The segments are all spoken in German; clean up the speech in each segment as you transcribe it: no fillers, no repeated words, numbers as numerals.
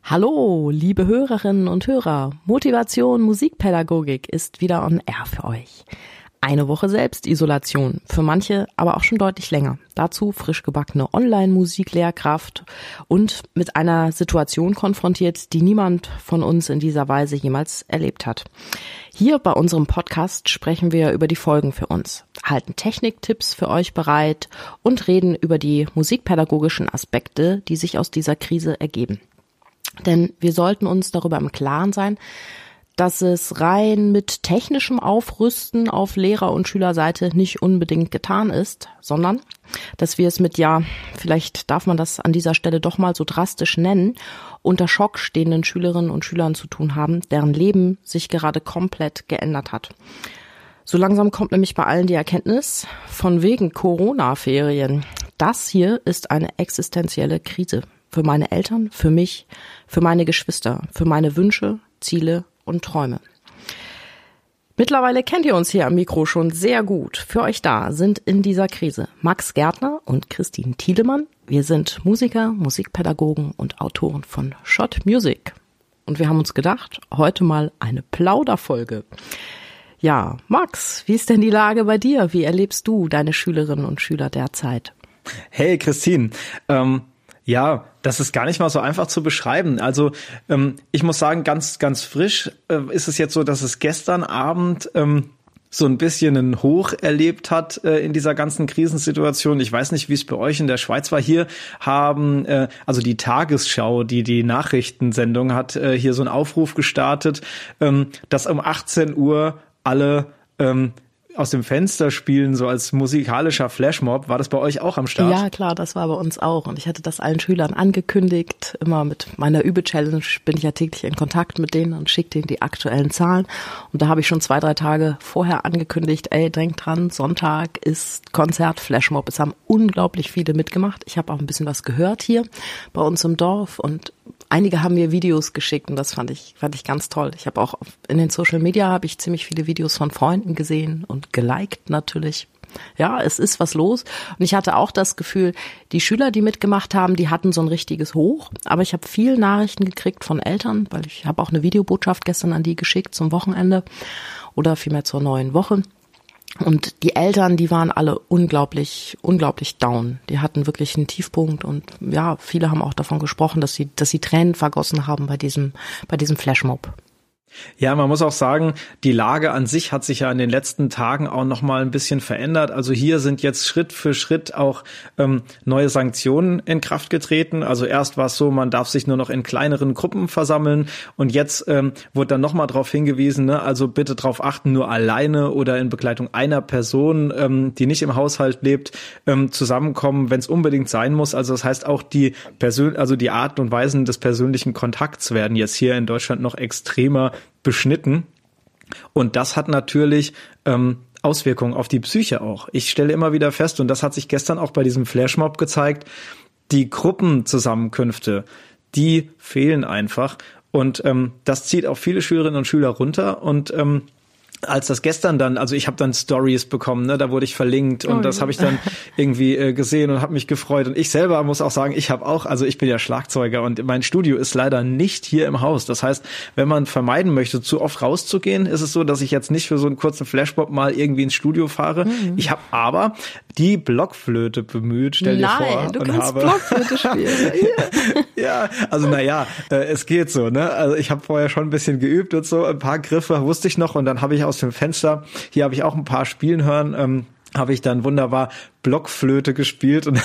Hallo, liebe Hörerinnen und Hörer. Motivation Musikpädagogik ist wieder on air für euch. Eine Woche Selbstisolation, für manche aber auch schon deutlich länger. Dazu frisch gebackene Online-Musiklehrkraft und mit einer Situation konfrontiert, die niemand von uns in dieser Weise jemals erlebt hat. Hier bei unserem Podcast sprechen wir über die Folgen für uns, halten Techniktipps für euch bereit und reden über die musikpädagogischen Aspekte, die sich aus dieser Krise ergeben. Denn wir sollten uns darüber im Klaren sein, dass es rein mit technischem Aufrüsten auf Lehrer- und Schülerseite nicht unbedingt getan ist, sondern dass wir es mit, vielleicht darf man das an dieser Stelle doch mal so drastisch nennen, unter Schock stehenden Schülerinnen und Schülern zu tun haben, deren Leben sich gerade komplett geändert hat. So langsam kommt nämlich bei allen die Erkenntnis, von wegen Corona-Ferien. Das hier ist eine existenzielle Krise. Für meine Eltern, für mich, für meine Geschwister, für meine Wünsche, Ziele und Träume. Mittlerweile kennt ihr uns hier am Mikro schon sehr gut. Für euch da sind in dieser Krise Max Gärtner und Christine Thielemann. Wir sind Musiker, Musikpädagogen und Autoren von Schott Music. Und wir haben uns gedacht, heute mal eine Plauderfolge. Ja, Max, wie ist denn die Lage bei dir? Wie erlebst du deine Schülerinnen und Schüler derzeit? Hey Christine, ja, das ist gar nicht mal so einfach zu beschreiben. Also ich muss sagen, ganz, ganz frisch ist es jetzt so, dass es gestern Abend so ein bisschen einen Hoch erlebt hat in dieser ganzen Krisensituation. Ich weiß nicht, wie es bei euch in der Schweiz war. Hier haben, also die Tagesschau, die Nachrichtensendung hat hier so einen Aufruf gestartet, dass um 18 Uhr alle aus dem Fenster spielen, so als musikalischer Flashmob. War das bei euch auch am Start? Ja, klar, das war bei uns auch. Und ich hatte das allen Schülern angekündigt. Immer mit meiner Übe-Challenge bin ich ja täglich in Kontakt mit denen und schicke denen die aktuellen Zahlen. Und da habe ich schon 2-3 Tage vorher angekündigt, denkt dran, Sonntag ist Konzert Flashmob. Es haben unglaublich viele mitgemacht. Ich habe auch ein bisschen was gehört hier bei uns im Dorf und einige haben mir Videos geschickt und das fand ich ganz toll. Ich habe auch in den Social Media habe ich ziemlich viele Videos von Freunden gesehen und geliked natürlich. Ja, es ist was los. Und ich hatte auch das Gefühl, die Schüler, die mitgemacht haben, die hatten so ein richtiges Hoch. Aber ich habe viele Nachrichten gekriegt von Eltern, weil ich habe auch eine Videobotschaft gestern an die geschickt zum Wochenende oder vielmehr zur neuen Woche. Und die Eltern, die waren alle unglaublich down. Die hatten wirklich einen Tiefpunkt und ja, viele haben auch davon gesprochen, dass sie Tränen vergossen haben bei diesem Flashmob. Ja, man muss auch sagen, die Lage an sich hat sich ja in den letzten Tagen auch noch mal ein bisschen verändert. Also hier sind jetzt Schritt für Schritt auch neue Sanktionen in Kraft getreten. Also erst war es so, man darf sich nur noch in kleineren Gruppen versammeln und jetzt wurde dann noch mal darauf hingewiesen, ne, also bitte darauf achten, nur alleine oder in Begleitung einer Person, die nicht im Haushalt lebt, zusammenkommen, wenn es unbedingt sein muss. Also das heißt auch die Arten und Weisen des persönlichen Kontakts werden jetzt hier in Deutschland noch extremer beschnitten. Und das hat natürlich Auswirkungen auf die Psyche auch. Ich stelle immer wieder fest, und das hat sich gestern auch bei diesem Flashmob gezeigt, die Gruppenzusammenkünfte, die fehlen einfach. Und das zieht auch viele Schülerinnen und Schüler runter. Und als das gestern dann, also ich habe dann Stories bekommen, ne, da wurde ich verlinkt und das habe ich dann irgendwie gesehen und habe mich gefreut. Und ich selber muss auch sagen, ich bin ja Schlagzeuger und mein Studio ist leider nicht hier im Haus. Das heißt, wenn man vermeiden möchte, zu oft rauszugehen, ist es so, dass ich jetzt nicht für so einen kurzen Flashmob mal irgendwie ins Studio fahre. Ich habe aber die Blockflöte bemüht, stell dir vor. Nein, du kannst Blockflöte spielen. Ja, also es geht so, ne? Also ich habe vorher schon ein bisschen geübt und so, ein paar Griffe wusste ich noch und dann habe ich aus dem Fenster, hier habe ich auch ein paar spielen hören, habe ich dann wunderbar Blockflöte gespielt und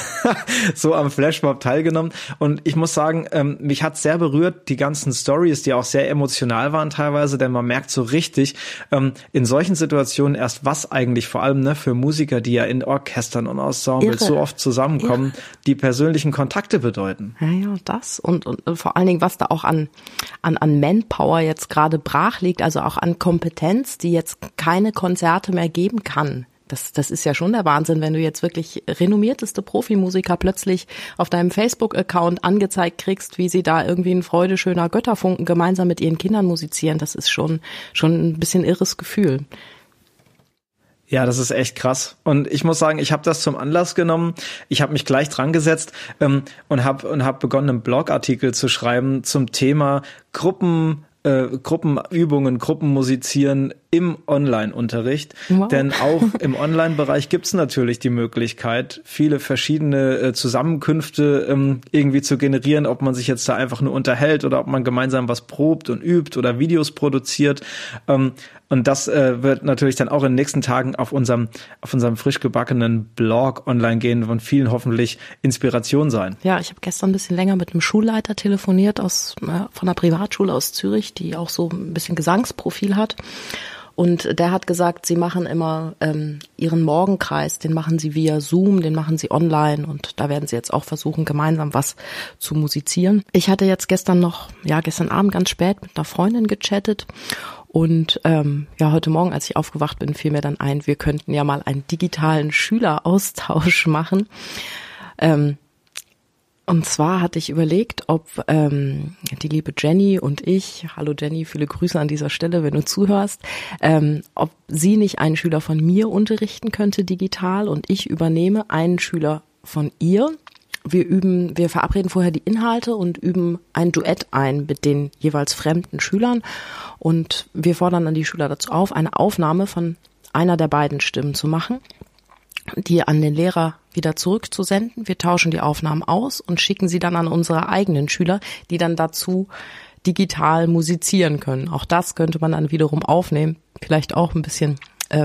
so am Flashmob teilgenommen. Und ich muss sagen, mich hat sehr berührt, die ganzen Stories, die auch sehr emotional waren teilweise, denn man merkt so richtig in solchen Situationen erst, was eigentlich vor allem für Musiker, die ja in Orchestern und Ensembles so oft zusammenkommen, die persönlichen Kontakte bedeuten. Ja, das und vor allen Dingen, was da auch an Manpower jetzt gerade brach liegt, also auch an Kompetenz, die jetzt keine Konzerte mehr geben kann. Das ist ja schon der Wahnsinn, wenn du jetzt wirklich renommierteste Profimusiker plötzlich auf deinem Facebook-Account angezeigt kriegst, wie sie da irgendwie in Freude schöner Götterfunken gemeinsam mit ihren Kindern musizieren. Das ist schon ein bisschen irres Gefühl. Ja, das ist echt krass. Und ich muss sagen, ich habe das zum Anlass genommen. Ich habe mich gleich dran gesetzt und hab begonnen, einen Blogartikel zu schreiben zum Thema Gruppenübungen, Gruppenmusizieren im Online-Unterricht. Wow. Denn auch im Online-Bereich gibt's natürlich die Möglichkeit, viele verschiedene Zusammenkünfte irgendwie zu generieren, ob man sich jetzt da einfach nur unterhält oder ob man gemeinsam was probt und übt oder Videos produziert. Und das wird natürlich dann auch in den nächsten Tagen auf unserem frisch gebackenen Blog online gehen und vielen hoffentlich Inspiration sein. Ja, ich habe gestern ein bisschen länger mit einem Schulleiter telefoniert von einer Privatschule aus Zürich, die auch so ein bisschen Gesangsprofil hat. Und der hat gesagt, sie machen immer ihren Morgenkreis, den machen sie via Zoom, den machen sie online und da werden sie jetzt auch versuchen, gemeinsam was zu musizieren. Ich hatte jetzt gestern Abend ganz spät mit einer Freundin gechattet und heute Morgen, als ich aufgewacht bin, fiel mir dann ein, wir könnten ja mal einen digitalen Schüleraustausch machen. Und zwar hatte ich überlegt, ob die liebe Jenny und ich, hallo Jenny, viele Grüße an dieser Stelle, wenn du zuhörst, ob sie nicht einen Schüler von mir unterrichten könnte digital und ich übernehme einen Schüler von ihr. Wir verabreden vorher die Inhalte und üben ein Duett ein mit den jeweils fremden Schülern und wir fordern dann die Schüler dazu auf, eine Aufnahme von einer der beiden Stimmen zu machen, die an den Lehrer wieder zurückzusenden. Wir tauschen die Aufnahmen aus und schicken sie dann an unsere eigenen Schüler, die dann dazu digital musizieren können. Auch das könnte man dann wiederum aufnehmen. Vielleicht auch ein bisschen,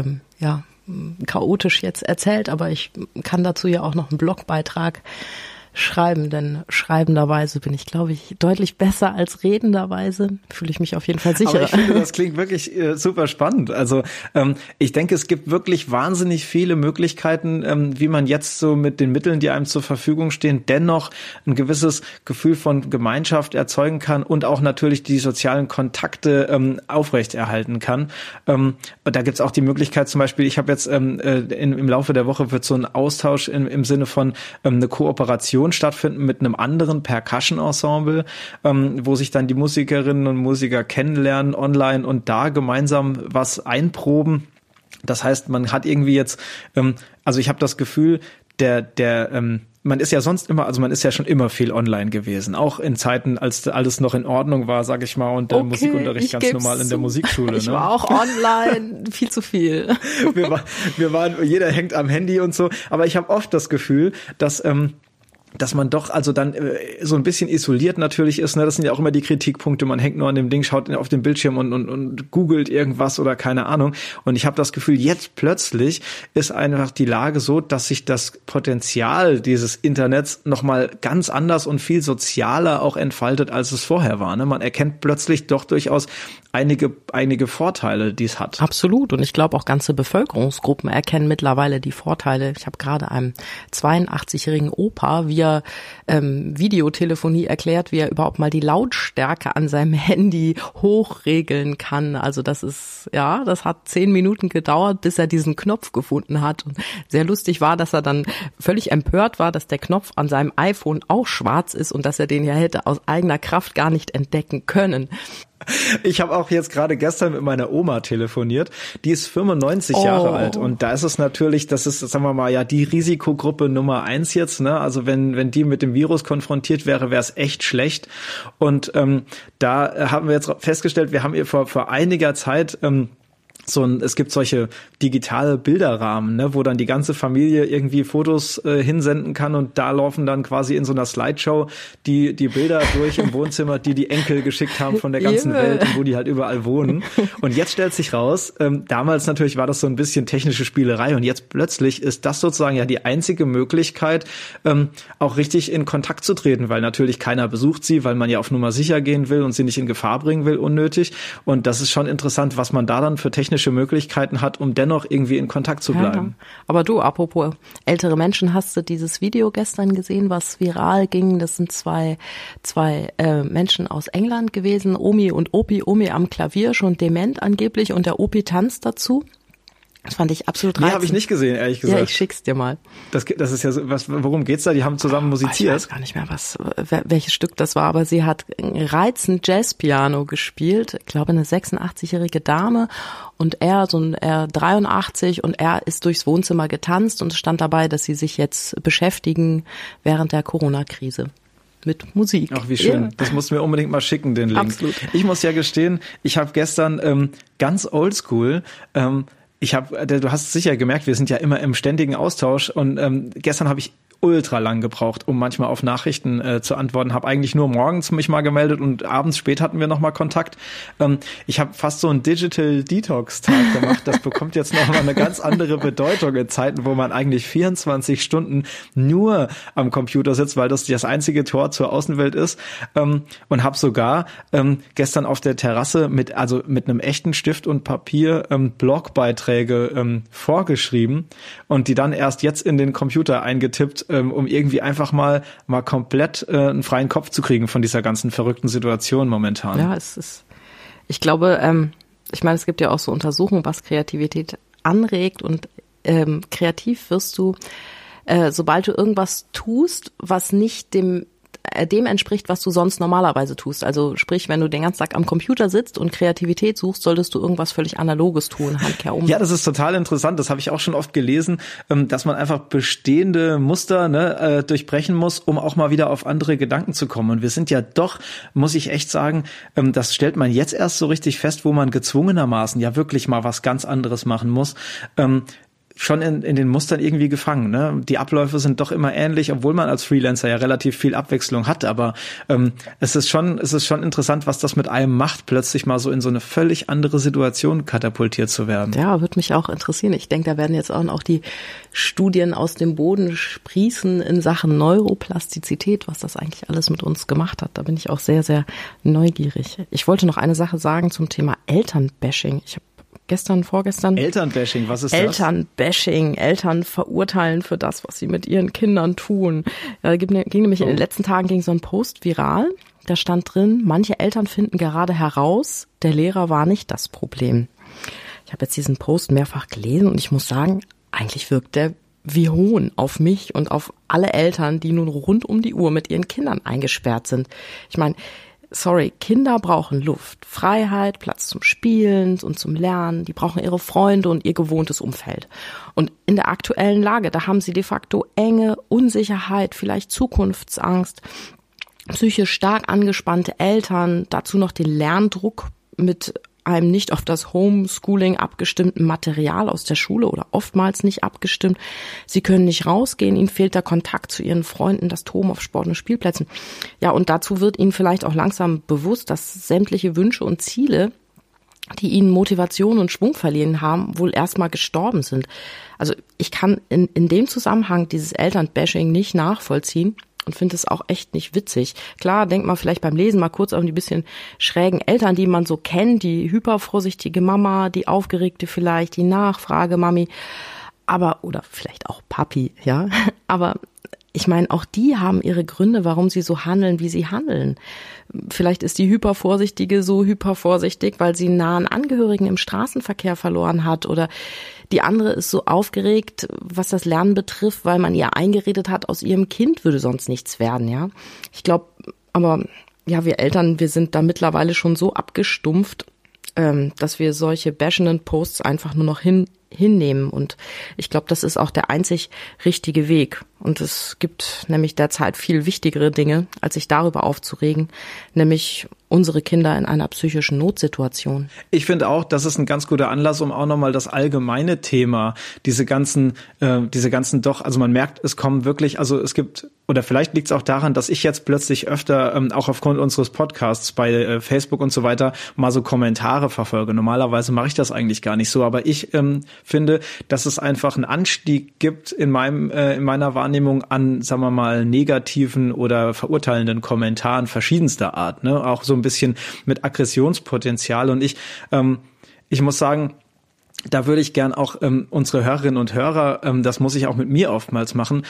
chaotisch jetzt erzählt, aber ich kann dazu ja auch noch einen Blogbeitrag schreiben, denn schreibenderweise bin ich, glaube ich, deutlich besser als redenderweise. Fühle ich mich auf jeden Fall sicherer. Aber ich finde, das klingt wirklich super spannend. Also ich denke, es gibt wirklich wahnsinnig viele Möglichkeiten, wie man jetzt so mit den Mitteln, die einem zur Verfügung stehen, dennoch ein gewisses Gefühl von Gemeinschaft erzeugen kann und auch natürlich die sozialen Kontakte aufrechterhalten kann. Und da gibt's auch die Möglichkeit, zum Beispiel, ich habe jetzt im Laufe der Woche wird so ein Austausch im Sinne von eine Kooperation stattfinden mit einem anderen Percussion-Ensemble, wo sich dann die Musikerinnen und Musiker kennenlernen online und da gemeinsam was einproben. Das heißt, man hat irgendwie jetzt, ich habe das Gefühl, man ist ja sonst immer, also man ist ja schon immer viel online gewesen, auch in Zeiten, als alles noch in Ordnung war, sag ich mal, und der Musikunterricht ganz normal in der Musikschule. Ich war auch online, viel zu viel. Wir waren, jeder hängt am Handy und so, aber ich habe oft das Gefühl, dass man doch also dann so ein bisschen isoliert natürlich ist, ne? Das sind ja auch immer die Kritikpunkte, man hängt nur an dem Ding, schaut auf den Bildschirm und googelt irgendwas oder keine Ahnung. Und ich habe das Gefühl, jetzt plötzlich ist einfach die Lage so, dass sich das Potenzial dieses Internets nochmal ganz anders und viel sozialer auch entfaltet, als es vorher war. Ne? Man erkennt plötzlich doch durchaus einige Vorteile, die es hat. Absolut. Und ich glaube, auch ganze Bevölkerungsgruppen erkennen mittlerweile die Vorteile. Ich habe gerade einem 82-jährigen Opa via Videotelefonie erklärt, wie er überhaupt mal die Lautstärke an seinem Handy hochregeln kann. Also das hat 10 Minuten gedauert, bis er diesen Knopf gefunden hat. Und sehr lustig war, dass er dann völlig empört war, dass der Knopf an seinem iPhone auch schwarz ist und dass er den ja hätte aus eigener Kraft gar nicht entdecken können. Ich habe auch jetzt gerade gestern mit meiner Oma telefoniert. Die ist 95 Jahre alt und da ist es natürlich, das ist, sagen wir mal, ja die Risikogruppe Nummer 1 jetzt. Ne? Also wenn die mit dem Virus konfrontiert wäre, wäre es echt schlecht. Und da haben wir jetzt festgestellt, wir haben ihr vor einiger Zeit es gibt solche digitale Bilderrahmen, ne, wo dann die ganze Familie irgendwie Fotos hinsenden kann und da laufen dann quasi in so einer Slideshow die Bilder durch im Wohnzimmer, die Enkel geschickt haben von der ganzen Welt und wo die halt überall wohnen. Und jetzt stellt sich raus, damals natürlich war das so ein bisschen technische Spielerei und jetzt plötzlich ist das sozusagen ja die einzige Möglichkeit, auch richtig in Kontakt zu treten, weil natürlich keiner besucht sie, weil man ja auf Nummer sicher gehen will und sie nicht in Gefahr bringen will, unnötig. Und das ist schon interessant, was man da dann für technische Möglichkeiten hat, um dennoch irgendwie in Kontakt zu bleiben. Ja. Aber du, apropos ältere Menschen, hast du dieses Video gestern gesehen, was viral ging? Das sind zwei Menschen aus England gewesen, Omi und Opi. Omi am Klavier, schon dement angeblich, und der Opi tanzt dazu. Das fand ich absolut reizend. Nee, habe ich nicht gesehen, ehrlich gesagt. Ja, ich schick's dir mal. Das ist ja so, worum geht's da? Die haben zusammen musiziert. Ich weiß gar nicht mehr, welches Stück das war, aber sie hat reizend Jazzpiano gespielt. Ich glaube, eine 86-jährige Dame und er 83 und er ist durchs Wohnzimmer getanzt und stand dabei, dass sie sich jetzt beschäftigen während der Corona-Krise. Mit Musik. Ach, wie schön. Ja. Das musst du mir unbedingt mal schicken, den Link. Absolut. Ich muss ja gestehen, ich habe gestern ganz oldschool du hast es sicher gemerkt, wir sind ja immer im ständigen Austausch und gestern habe ich ultra lang gebraucht, um manchmal auf Nachrichten zu antworten. Habe eigentlich nur morgens mich mal gemeldet und abends spät hatten wir noch mal Kontakt. Ich habe fast so einen Digital Detox Tag gemacht. Das bekommt jetzt noch mal eine ganz andere Bedeutung in Zeiten, wo man eigentlich 24 Stunden nur am Computer sitzt, weil das einzige Tor zur Außenwelt ist. Und habe sogar gestern auf der Terrasse mit einem echten Stift und Papier Blogbeiträge vorgeschrieben und die dann erst jetzt in den Computer eingetippt, um irgendwie einfach mal komplett einen freien Kopf zu kriegen von dieser ganzen verrückten Situation momentan. Ja, ich glaube, ich meine, es gibt ja auch so Untersuchungen, was Kreativität anregt und kreativ wirst du, sobald du irgendwas tust, was nicht dem entspricht, was du sonst normalerweise tust. Also sprich, wenn du den ganzen Tag am Computer sitzt und Kreativität suchst, solltest du irgendwas völlig Analoges tun, handkehr um. Ja, das ist total interessant. Das habe ich auch schon oft gelesen, dass man einfach bestehende Muster durchbrechen muss, um auch mal wieder auf andere Gedanken zu kommen. Und wir sind ja doch, muss ich echt sagen, das stellt man jetzt erst so richtig fest, wo man gezwungenermaßen ja wirklich mal was ganz anderes machen muss. Schon in den Mustern irgendwie gefangen. Ne? Die Abläufe sind doch immer ähnlich, obwohl man als Freelancer ja relativ viel Abwechslung hat. Aber es ist schon interessant, was das mit einem macht, plötzlich mal so in so eine völlig andere Situation katapultiert zu werden. Ja, würde mich auch interessieren. Ich denke, da werden jetzt auch die Studien aus dem Boden sprießen in Sachen Neuroplastizität, was das eigentlich alles mit uns gemacht hat. Da bin ich auch sehr, sehr neugierig. Ich wollte noch eine Sache sagen zum Thema Elternbashing. Ich habe vorgestern. Elternbashing, was ist das? Elternbashing, Eltern verurteilen für das, was sie mit ihren Kindern tun. Ging nämlich in den letzten Tagen so ein Post viral. Da stand drin, manche Eltern finden gerade heraus, der Lehrer war nicht das Problem. Ich habe jetzt diesen Post mehrfach gelesen und ich muss sagen, eigentlich wirkt der wie Hohn auf mich und auf alle Eltern, die nun rund um die Uhr mit ihren Kindern eingesperrt sind. Ich meine, sorry, Kinder brauchen Luft, Freiheit, Platz zum Spielen und zum Lernen. Die brauchen ihre Freunde und ihr gewohntes Umfeld. Und in der aktuellen Lage, da haben sie de facto Enge, Unsicherheit, vielleicht Zukunftsangst, psychisch stark angespannte Eltern, dazu noch den Lerndruck mit einem nicht auf das Homeschooling abgestimmten Material aus der Schule oder oftmals nicht abgestimmt. Sie können nicht rausgehen, ihnen fehlt der Kontakt zu ihren Freunden, das Toben auf Sport- und Spielplätzen. Ja, und dazu wird ihnen vielleicht auch langsam bewusst, dass sämtliche Wünsche und Ziele, die ihnen Motivation und Schwung verliehen haben, wohl erstmal gestorben sind. Also ich kann in dem Zusammenhang dieses Elternbashing nicht nachvollziehen. Und finde es auch echt nicht witzig. Klar, denkt man vielleicht beim Lesen mal kurz an die bisschen schrägen Eltern, die man so kennt, die hypervorsichtige Mama, die aufgeregte vielleicht, die Nachfrage-Mami, oder vielleicht auch Papi, ja. Aber ich meine, auch die haben ihre Gründe, warum sie so handeln, wie sie handeln. Vielleicht ist die Hypervorsichtige so hypervorsichtig, weil sie einen nahen Angehörigen im Straßenverkehr verloren hat, oder die andere ist so aufgeregt, was das Lernen betrifft, weil man ihr eingeredet hat, aus ihrem Kind würde sonst nichts werden, ja. Ich glaube, aber ja, wir Eltern, wir sind da mittlerweile schon so abgestumpft, dass wir solche bashenden Posts einfach nur noch hinnehmen. Und ich glaube, das ist auch der einzig richtige Weg. Und es gibt nämlich derzeit viel wichtigere Dinge, als sich darüber aufzuregen, nämlich unsere Kinder in einer psychischen Notsituation. Ich finde auch, das ist ein ganz guter Anlass, um auch nochmal das allgemeine Thema, diese ganzen doch, also man merkt, es kommen wirklich, also es gibt, oder vielleicht liegt es auch daran, dass ich jetzt plötzlich öfter, auch aufgrund unseres Podcasts bei Facebook und so weiter, mal so Kommentare verfolge. Normalerweise mache ich das eigentlich gar nicht so, aber ich finde, dass es einfach einen Anstieg gibt in meiner Wahrnehmung an, sagen wir mal, negativen oder verurteilenden Kommentaren verschiedenster Art, ne? Auch so ein bisschen mit Aggressionspotenzial. Und ich muss sagen, da würde ich gern auch unsere Hörerinnen und Hörer, das muss ich auch mit mir oftmals machen,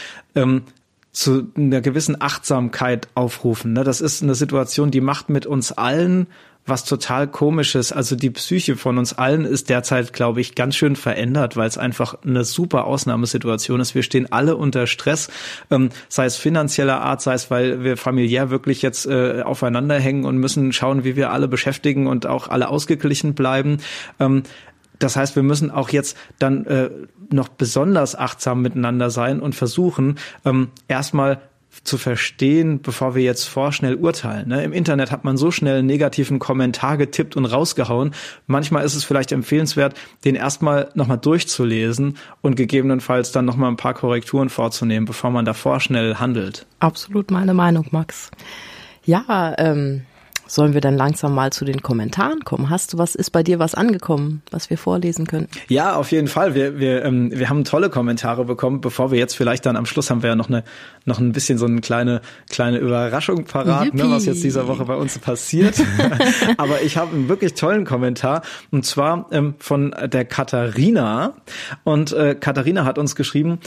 zu einer gewissen Achtsamkeit aufrufen. Ne? Das ist eine Situation, die macht mit uns allen was total Komisches. Also die Psyche von uns allen ist derzeit, glaube ich, ganz schön verändert, weil es einfach eine super Ausnahmesituation ist. Wir stehen alle unter Stress, sei es finanzieller Art, sei es, weil wir familiär wirklich jetzt aufeinander hängen und müssen schauen, wie wir alle beschäftigen und auch alle ausgeglichen bleiben. Das heißt, wir müssen auch jetzt dann noch besonders achtsam miteinander sein und versuchen, erstmal zu verstehen, bevor wir jetzt vorschnell urteilen. Ne? Im Internet hat man so schnell einen negativen Kommentar getippt und rausgehauen. Manchmal ist es vielleicht empfehlenswert, den erstmal nochmal durchzulesen und gegebenenfalls dann nochmal ein paar Korrekturen vorzunehmen, bevor man da vorschnell handelt. Absolut meine Meinung, Max. Ja, sollen wir dann langsam mal zu den Kommentaren kommen? Ist bei dir was angekommen, was wir vorlesen können? Ja, auf jeden Fall. Wir haben tolle Kommentare bekommen. Bevor wir jetzt vielleicht dann am Schluss haben wir ja noch ein bisschen so eine kleine Überraschung parat, ne, was jetzt dieser Woche bei uns passiert. Aber ich habe einen wirklich tollen Kommentar und zwar von der Katharina. Und Katharina hat uns geschrieben,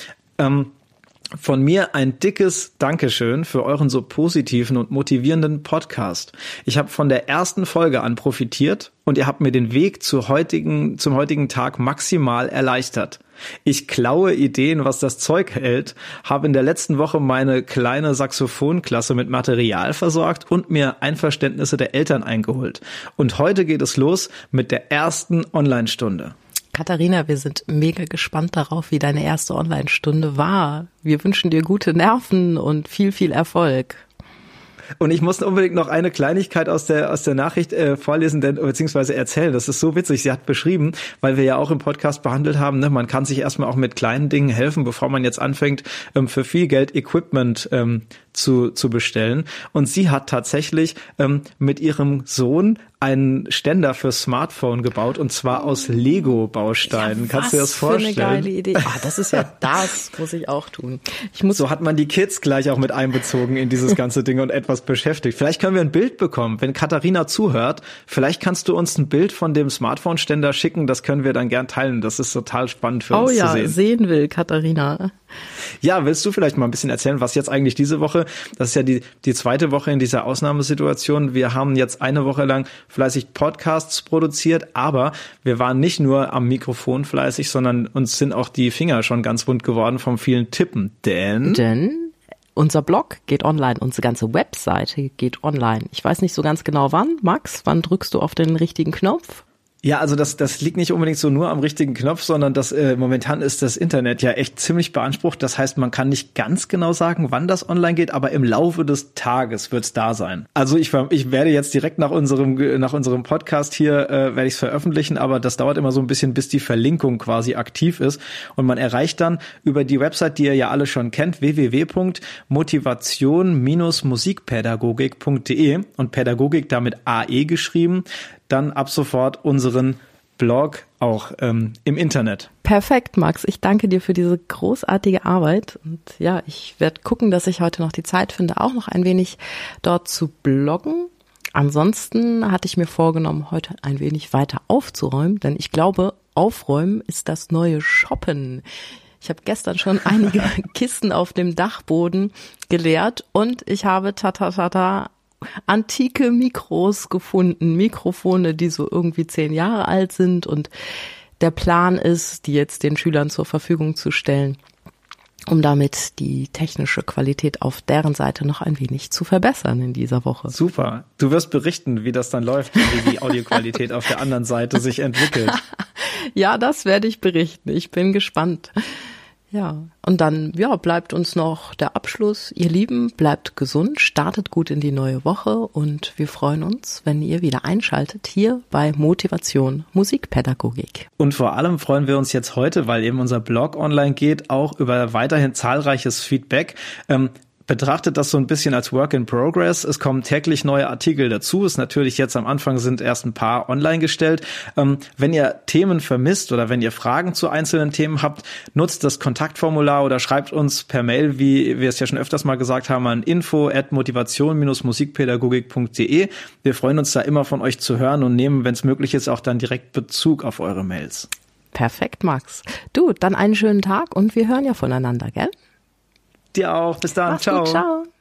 von mir ein dickes Dankeschön für euren so positiven und motivierenden Podcast. Ich habe von der ersten Folge an profitiert und ihr habt mir den Weg zum heutigen Tag maximal erleichtert. Ich klaue Ideen, was das Zeug hält, habe in der letzten Woche meine kleine Saxophonklasse mit Material versorgt und mir Einverständnisse der Eltern eingeholt. Und heute geht es los mit der ersten Online-Stunde. Katharina, wir sind mega gespannt darauf, wie deine erste Online-Stunde war. Wir wünschen dir gute Nerven und viel, viel Erfolg. Und ich muss unbedingt noch eine Kleinigkeit aus der Nachricht vorlesen, beziehungsweise erzählen. Das ist so witzig. Sie hat beschrieben, weil wir ja auch im Podcast behandelt haben, ne, man kann sich erstmal auch mit kleinen Dingen helfen, bevor man jetzt anfängt, für viel Geld Equipment zu bestellen. Und sie hat tatsächlich mit ihrem Sohn einen Ständer für Smartphone gebaut und zwar aus Lego-Bausteinen. Ja, kannst du dir das vorstellen? Für eine geile Idee. Das ist ja, das muss ich auch tun. So hat man die Kids gleich auch mit einbezogen in dieses ganze Ding und etwas beschäftigt. Vielleicht können wir ein Bild bekommen. Wenn Katharina zuhört, vielleicht kannst du uns ein Bild von dem Smartphone-Ständer schicken. Das können wir dann gern teilen. Das ist total spannend für uns zu sehen. Oh ja, sehen will, Katharina. Ja, willst du vielleicht mal ein bisschen erzählen, was jetzt eigentlich diese Woche, das ist ja die zweite Woche in dieser Ausnahmesituation. Wir haben jetzt eine Woche lang fleißig Podcasts produziert, aber wir waren nicht nur am Mikrofon fleißig, sondern uns sind auch die Finger schon ganz wund geworden vom vielen Tippen. Denn unser Blog geht online, unsere ganze Webseite geht online. Ich weiß nicht so ganz genau wann. Max, wann drückst du auf den richtigen Knopf? Ja, also das liegt nicht unbedingt so nur am richtigen Knopf, sondern momentan ist das Internet ja echt ziemlich beansprucht. Das heißt, man kann nicht ganz genau sagen, wann das online geht, aber im Laufe des Tages wird's da sein. Also ich werde jetzt direkt nach unserem Podcast hier werde ich es veröffentlichen, aber das dauert immer so ein bisschen, bis die Verlinkung quasi aktiv ist. Und man erreicht dann über die Website, die ihr ja alle schon kennt, www.motivation-musikpädagogik.de und Pädagogik damit AE geschrieben, dann ab sofort unseren Blog auch im Internet. Perfekt, Max. Ich danke dir für diese großartige Arbeit. Und ja, ich werde gucken, dass ich heute noch die Zeit finde, auch noch ein wenig dort zu bloggen. Ansonsten hatte ich mir vorgenommen, heute ein wenig weiter aufzuräumen, denn ich glaube, Aufräumen ist das neue Shoppen. Ich habe gestern schon einige Kisten auf dem Dachboden geleert und ich habe antike Mikros gefunden, Mikrofone, die so irgendwie 10 Jahre alt sind und der Plan ist, die jetzt den Schülern zur Verfügung zu stellen, um damit die technische Qualität auf deren Seite noch ein wenig zu verbessern in dieser Woche. Super. Du wirst berichten, wie das dann läuft, wie die Audioqualität auf der anderen Seite sich entwickelt. Ja, das werde ich berichten. Ich bin gespannt. Ja, und dann bleibt uns noch der Abschluss. Ihr Lieben, bleibt gesund, startet gut in die neue Woche und wir freuen uns, wenn ihr wieder einschaltet hier bei Motivation Musikpädagogik. Und vor allem freuen wir uns jetzt heute, weil eben unser Blog online geht, auch über weiterhin zahlreiches Feedback. Betrachtet das so ein bisschen als Work in Progress. Es kommen täglich neue Artikel dazu. Es natürlich jetzt am Anfang sind erst ein paar online gestellt. Wenn ihr Themen vermisst oder wenn ihr Fragen zu einzelnen Themen habt, nutzt das Kontaktformular oder schreibt uns per Mail, wie wir es ja schon öfters mal gesagt haben, an info@motivation-musikpädagogik.de. Wir freuen uns da immer von euch zu hören und nehmen, wenn es möglich ist, auch dann direkt Bezug auf eure Mails. Perfekt, Max. Du, dann einen schönen Tag und wir hören ja voneinander, gell? Dir auch. Bis dann. Mach's gut, ciao.